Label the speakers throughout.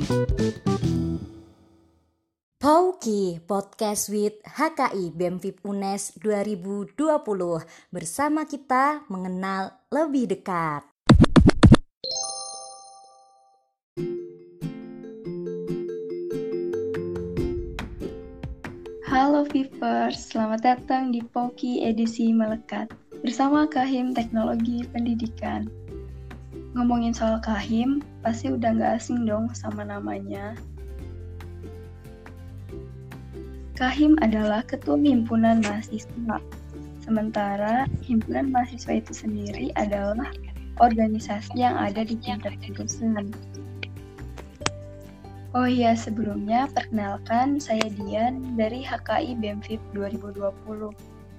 Speaker 1: Pauki Podcast with HKI BEM FIP UNES 2020. Bersama kita mengenal lebih dekat.
Speaker 2: Halo Vipers, selamat datang di Pauki edisi Melekat bersama Kahim Teknologi Pendidikan. Ngomongin soal Kahim, pasti udah gak asing dong sama namanya. Kahim adalah Ketua Himpunan Mahasiswa. Sementara Himpunan Mahasiswa itu sendiri adalah organisasi yang ada di tingkat jurusan. Oh iya, sebelumnya perkenalkan saya Dian dari HKI BEM-FIP 2020.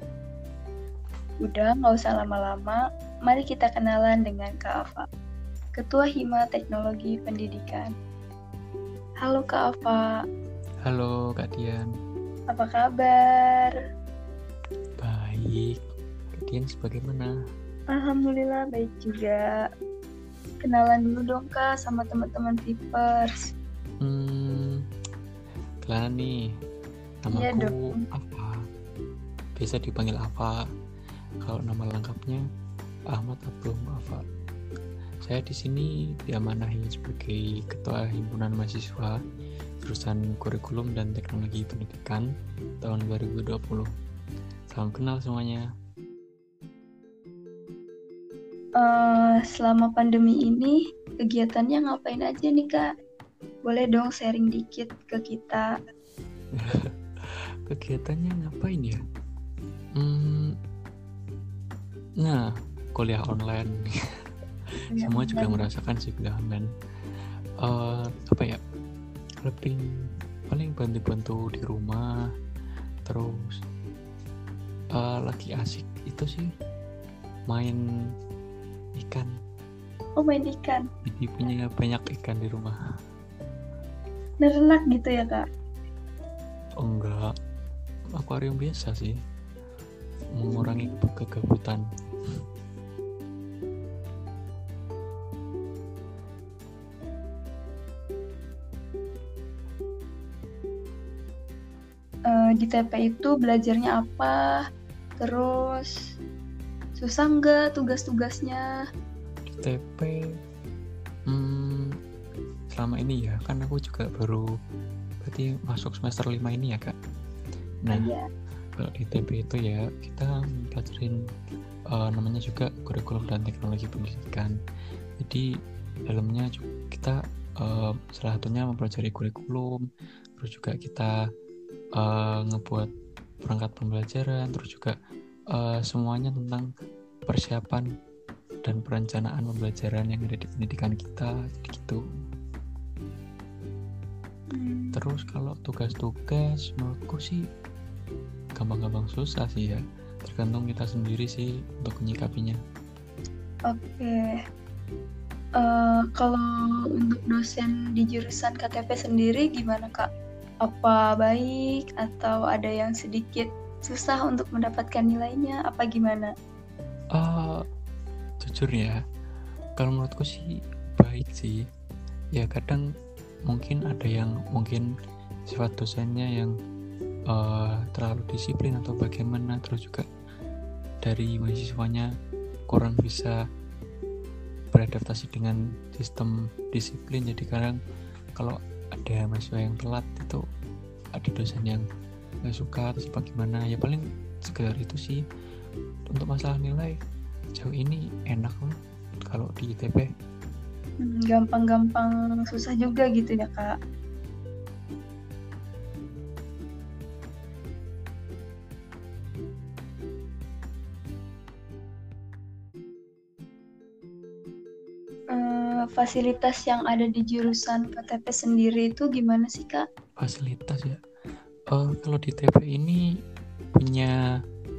Speaker 2: Udah gak usah lama-lama, mari kita kenalan dengan Kak Afa, Ketua Hima Teknologi Pendidikan. Halo Kak Afa.
Speaker 3: Halo Kak Dian.
Speaker 2: Apa kabar?
Speaker 3: Baik. Kak Dian sebagaimana?
Speaker 2: Alhamdulillah baik juga. Kenalan dulu dong Kak sama teman-teman Vipers.
Speaker 3: Kenalan nih.
Speaker 2: Iya
Speaker 3: Namaku
Speaker 2: dong.
Speaker 3: Afa. Biasa dipanggil Afa. Kalau nama lengkapnya Ahmad Abdul Afa. Saya di sini diamanahi sebagai Ketua Himpunan Mahasiswa jurusan Kurikulum dan Teknologi Pendidikan tahun 2020. Salam kenal semuanya.
Speaker 2: Selama pandemi ini kegiatannya ngapain aja nih Kak? Boleh dong sharing dikit ke kita.
Speaker 3: Kegiatannya ngapain ya? Nah, kuliah online. Semua juga merasakan sih kuliah online. Apa ya? Lebih paling bantu-bantu di rumah. Terus lagi asik itu sih main ikan.
Speaker 2: Oh, main ikan.
Speaker 3: Jadi punya banyak ikan di rumah.
Speaker 2: Nerenak gitu ya Kak?
Speaker 3: Oh, enggak, akuarium biasa sih, mengurangi kegabutan.
Speaker 2: Di TP itu belajarnya apa? Terus susah nggak tugas-tugasnya?
Speaker 3: Di TP selama ini ya, kan aku juga baru berarti masuk semester 5 ini ya Kak. Nah, kalau di TP itu ya kita pelajarin namanya juga Kurikulum dan Teknologi Pendidikan. Jadi dalamnya kita salah satunya mempelajari kurikulum, terus juga kita ngebuat perangkat pembelajaran, terus juga semuanya tentang persiapan dan perencanaan pembelajaran yang ada di pendidikan kita, gitu. Terus kalau tugas-tugas menurutku sih gampang-gampang susah sih ya, tergantung kita sendiri sih untuk menyikapinya.
Speaker 2: Oke. Kalau untuk dosen di jurusan KTP sendiri gimana Kak? Apa baik atau ada yang sedikit susah untuk mendapatkan nilainya? Apa gimana?
Speaker 3: Jujur ya, kalau menurutku sih baik sih. Ya kadang mungkin ada yang mungkin sifat dosennya yang terlalu disiplin atau bagaimana, terus juga dari mahasiswanya kurang bisa beradaptasi dengan sistem disiplin. Jadi kadang kalau ada mahasiswa yang telat itu ada dosen yang nggak suka atau bagaimana, ya paling sekedar itu sih. Untuk masalah nilai jauh ini enak loh kalau di ITP.
Speaker 2: Gampang-gampang susah juga gitu ya Kak. Fasilitas yang ada di jurusan KTP sendiri itu gimana sih Kak?
Speaker 3: Fasilitas ya, kalau di TP ini punya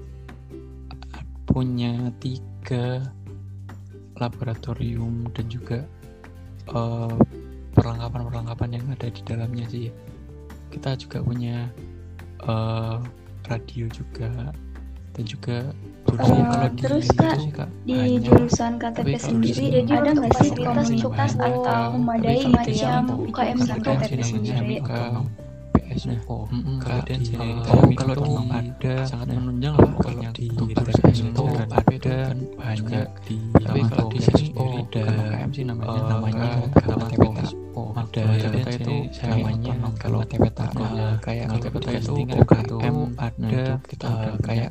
Speaker 3: 3 laboratorium dan juga perlengkapan-perlengkapan yang ada di dalamnya sih ya. Kita juga punya radio juga, dan juga jurusan kalau di
Speaker 2: terus
Speaker 3: itu
Speaker 2: Kak,
Speaker 3: sih Kak
Speaker 2: di
Speaker 3: banyak.
Speaker 2: jurusan
Speaker 3: Tapi
Speaker 2: KTP
Speaker 3: kalau di
Speaker 2: sendiri
Speaker 3: sini
Speaker 2: ada nggak sih
Speaker 1: fasilitas
Speaker 2: komunitas
Speaker 1: cukup
Speaker 2: atau memadai
Speaker 3: Tapi kalau di
Speaker 2: macam
Speaker 3: sini
Speaker 2: UKM di
Speaker 3: karena kan
Speaker 2: KTP
Speaker 3: sini
Speaker 2: sendiri?
Speaker 3: dinamika PSO kemudian sini
Speaker 4: kalau
Speaker 3: itu
Speaker 4: di
Speaker 3: ada
Speaker 4: sangat
Speaker 3: nah,
Speaker 4: menunjang lah
Speaker 3: kalau
Speaker 4: pokoknya
Speaker 3: di
Speaker 4: tugas
Speaker 3: PSO
Speaker 4: itu
Speaker 3: ada
Speaker 4: kan
Speaker 3: juga
Speaker 4: banyak
Speaker 3: di
Speaker 4: tapi kalau di sini
Speaker 3: ada
Speaker 4: bukan UKM sih namanya
Speaker 3: Gama TPTO ada itu namanya kalau TPTA kayak TPTA itu UKM ada kita kayak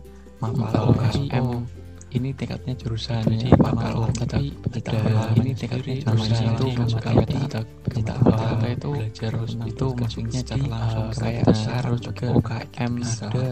Speaker 3: UKM ini tingkatnya jurusan jadi kalau tapi ada ini tingkatnya jurusan itu kalau kita itu belajar itu maksudnya jadi kayak harus juga UKM ada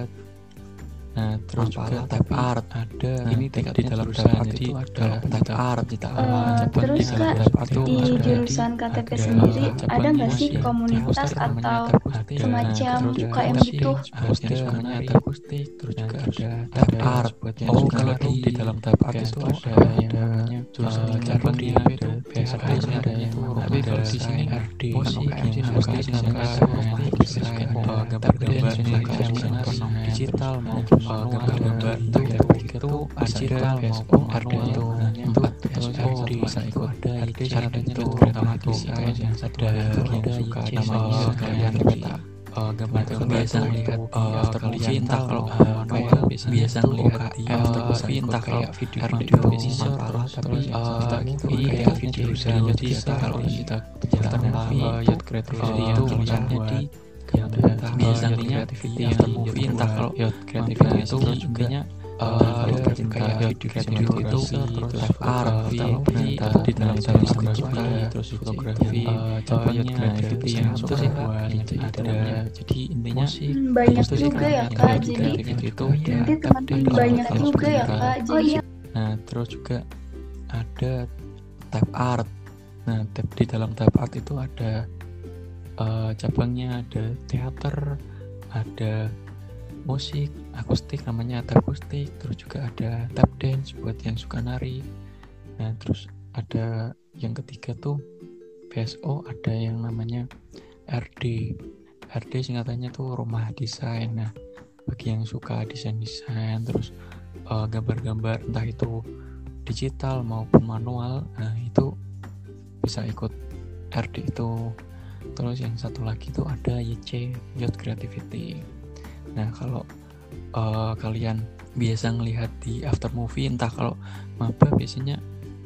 Speaker 3: nah terus juga tab art ada ini tingkat di dalam jurusan jadi ada tab art kita
Speaker 2: Terus Kak, di jurusan KTP sendiri ada nggak sih komunitas atau semacam UKM gitu?
Speaker 3: ada namanya akustik terus juga ada tab art buat yang kalau di dalam tab art itu ada yang namanya jurusan cabangnya itu biasanya ada yang tapi kalau di sini RD musik yang suka rumah desain gambar-gambar digital maupun gambar-gambar itu digital maupun RD itu empat RD itu ada syaratnya itu pertama desain yang satu ada suka namanya kalian peta gambar biasa melihat after movie entah kalau kayak biasa melihat di after movie entah kayak video teaser tapi kita gitu kayak video jadi kalau kita perjalanan youth creativity itu misalnya di yang biasanya creativity after movie entah kalau youth creativity itu juga kalau kayak video itu terus art di dalam fotografi terus fotografi contohnya itu yang itu sih ada jadi intinya
Speaker 2: Banyak juga ya Kak, jadi
Speaker 3: itu
Speaker 2: nanti teman-teman banyak juga ya Kak, jadi
Speaker 3: nah terus juga ada tab art nah di dalam tab art itu ada cabangnya ada teater ada musik akustik namanya tab akustik terus juga ada tap dance buat yang suka nari nah terus ada yang ketiga tuh PSO ada yang namanya RD singkatannya tuh rumah desain nah bagi yang suka desain terus gambar-gambar entah itu digital maupun manual nah itu bisa ikut RD itu terus yang satu lagi tuh ada YC Youth Creativity. Nah kalau kalian biasa ngelihat di after movie entah kalau maba biasanya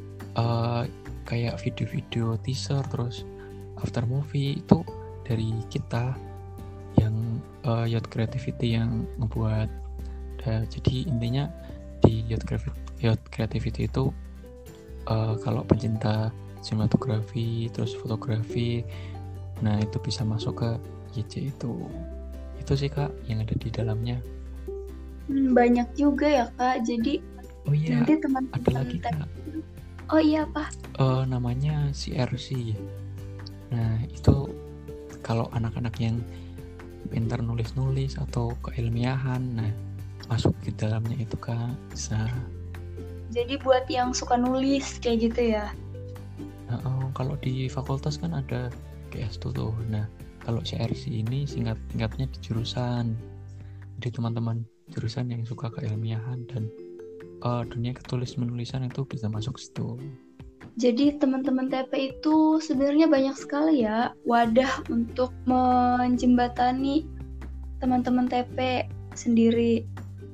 Speaker 3: kayak video-video teaser terus after movie itu dari kita yang Youth Creativity yang ngebuat jadi intinya di Youth Creativity itu kalau pencinta sinematografi terus fotografi nah itu bisa masuk ke YC itu sih Kak yang ada di dalamnya.
Speaker 2: Banyak juga ya Kak, jadi nanti teman-teman
Speaker 3: ada lagi Kak.
Speaker 2: Oh iya Pak.
Speaker 3: Namanya CRC. Nah itu kalau anak-anak yang pintar nulis-nulis atau keilmiahan, nah masuk di dalamnya itu Kak bisa.
Speaker 2: Jadi buat yang suka nulis kayak gitu ya.
Speaker 3: Kalau di fakultas kan ada GS tuh. Nah, kalau CRC ini singkatnya di jurusan. Jadi teman-teman jurusan yang suka keilmiahan dan dunia ketulis menulisan itu bisa masuk situ.
Speaker 2: Jadi teman-teman TP itu sebenarnya banyak sekali ya wadah untuk menjembatani teman-teman TP sendiri.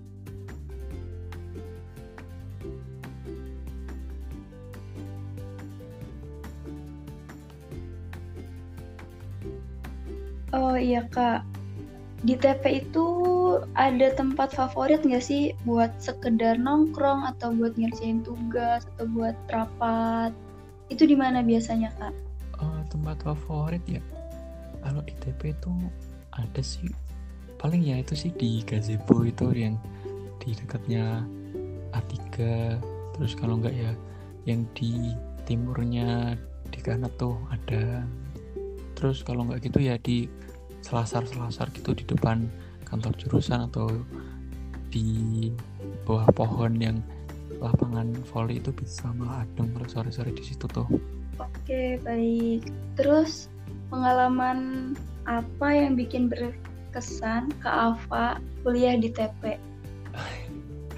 Speaker 2: Oh iya Kak, di TP itu ada tempat favorit nggak sih buat sekedar nongkrong atau buat ngerjain tugas atau buat rapat? Itu di mana biasanya Kak?
Speaker 3: Tempat favorit ya, kalau di TP itu ada sih, paling ya itu sih di gazebo itu yang di dekatnya A3, terus kalau nggak ya yang di timurnya di kanan tuh ada. Terus kalau nggak gitu ya di selasar gitu di depan kantor jurusan atau di bawah pohon yang lapangan voli itu bisa malah adem kalau sore-sore di situ tuh.
Speaker 2: Oke, baik. Terus pengalaman apa yang bikin berkesan ke Alfa kuliah di TP?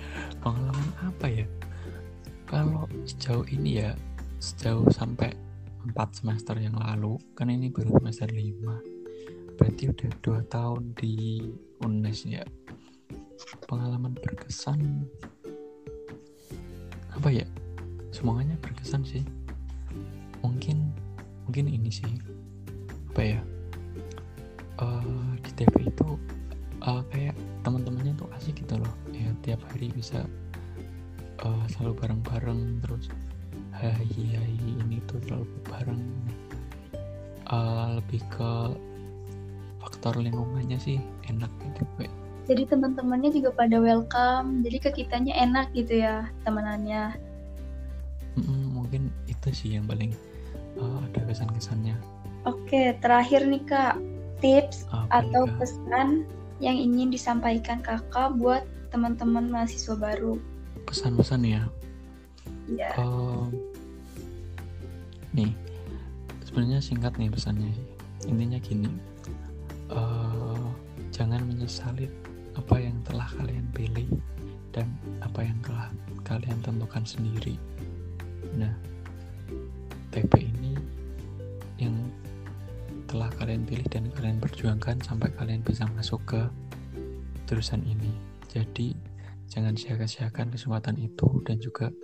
Speaker 3: apa ya? Kalau sejauh ini ya, sejauh sampai 4 semester yang lalu, kan ini baru semester 5. Berarti udah 2 tahun di UNES ya. Pengalaman berkesan apa ya? Semuanya berkesan sih. Mungkin ini sih. Apa ya? Di TP itu kayak teman-temannya tuh asik gitu loh. Ya tiap hari bisa selalu bareng-bareng, terus hai ini tuh selalu bareng. Lebih ke faktor lingkungannya sih enak gitu kayak.
Speaker 2: Jadi teman-temannya juga pada welcome, jadi ke kitanya enak gitu ya temenannya.
Speaker 3: Mungkin itu sih yang paling ada kesan-kesannya.
Speaker 2: Oke, terakhir nih Kak, tips atau
Speaker 3: Kak?
Speaker 2: pesan yang ingin disampaikan Kakak buat teman-teman mahasiswa baru.
Speaker 3: Pesan-pesan ya.
Speaker 2: Iya.
Speaker 3: Nih, sebenarnya singkat nih pesannya sih. Intinya gini, jangan menyesali apa yang telah kalian pilih dan apa yang telah kalian tentukan sendiri. Nah, TP ini yang telah kalian pilih dan kalian perjuangkan sampai kalian bisa masuk ke jurusan ini. Jadi jangan sia-siakan kesempatan itu, dan juga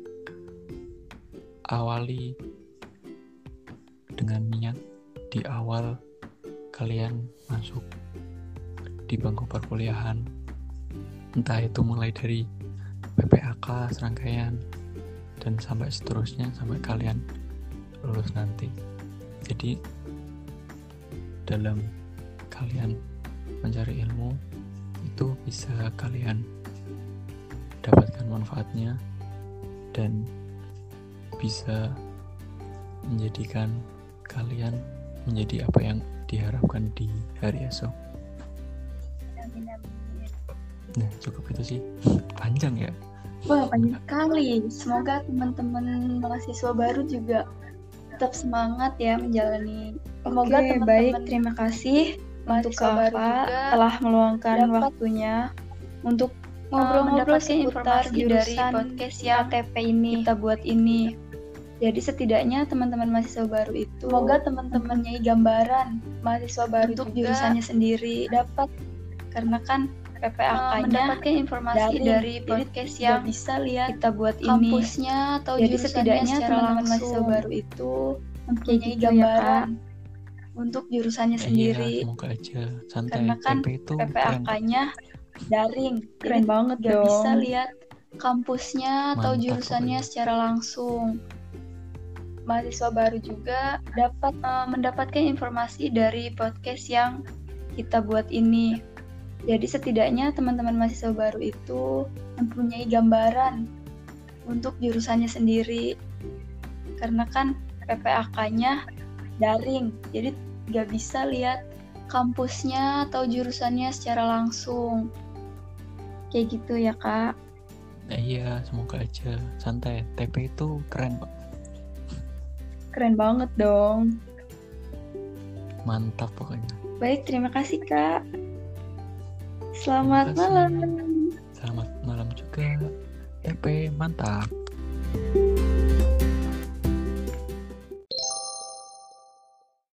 Speaker 3: awali dengan niat di awal kalian masuk di bangku perkuliahan, entah itu mulai dari PPAK serangkaian dan sampai seterusnya sampai kalian lulus nanti. Jadi dalam kalian mencari ilmu itu bisa kalian dapatkan manfaatnya dan bisa menjadikan kalian menjadi apa yang diharapkan di hari esok. Nah, cukup itu sih. Panjang ya?
Speaker 2: Wah, panjang sekali. Semoga teman-teman mahasiswa baru juga tetap semangat ya menjalani. Semoga teman-teman. Baik, terima kasih untuk Kakak telah meluangkan waktunya untuk ngobrol-ngobrol seputar dari podcast yang KTP ini kita buat ini. Jadi setidaknya teman-teman mahasiswa baru itu semoga teman-teman mempunyai gambaran mahasiswa baru untuk jurusannya sendiri dapat, karena kan PPAK-nya mendapatkan informasi dari podcast yang bisa lihat kita buat ini kampusnya atau jadi setidaknya teman-teman mahasiswa baru itu mempunyai gambaran untuk jurusannya sendiri.
Speaker 3: Iya, semoga aja santai.
Speaker 2: Karena kan PPAK-nya daring, keren banget gak dong. Bisa lihat kampusnya atau jurusannya secara langsung. Mahasiswa baru juga dapat mendapatkan informasi dari podcast yang kita buat ini. Jadi setidaknya teman-teman mahasiswa baru itu mempunyai gambaran untuk jurusannya sendiri. Karena kan PPAK-nya daring, jadi gak bisa lihat kampusnya atau jurusannya secara langsung. Kayak gitu ya Kak.
Speaker 3: Nah, iya, semoga aja santai. TP itu keren kok.
Speaker 2: Keren banget dong.
Speaker 3: Mantap pokoknya.
Speaker 2: Baik, terima kasih Kak. Selamat malam.
Speaker 3: Selamat malam juga. TP mantap.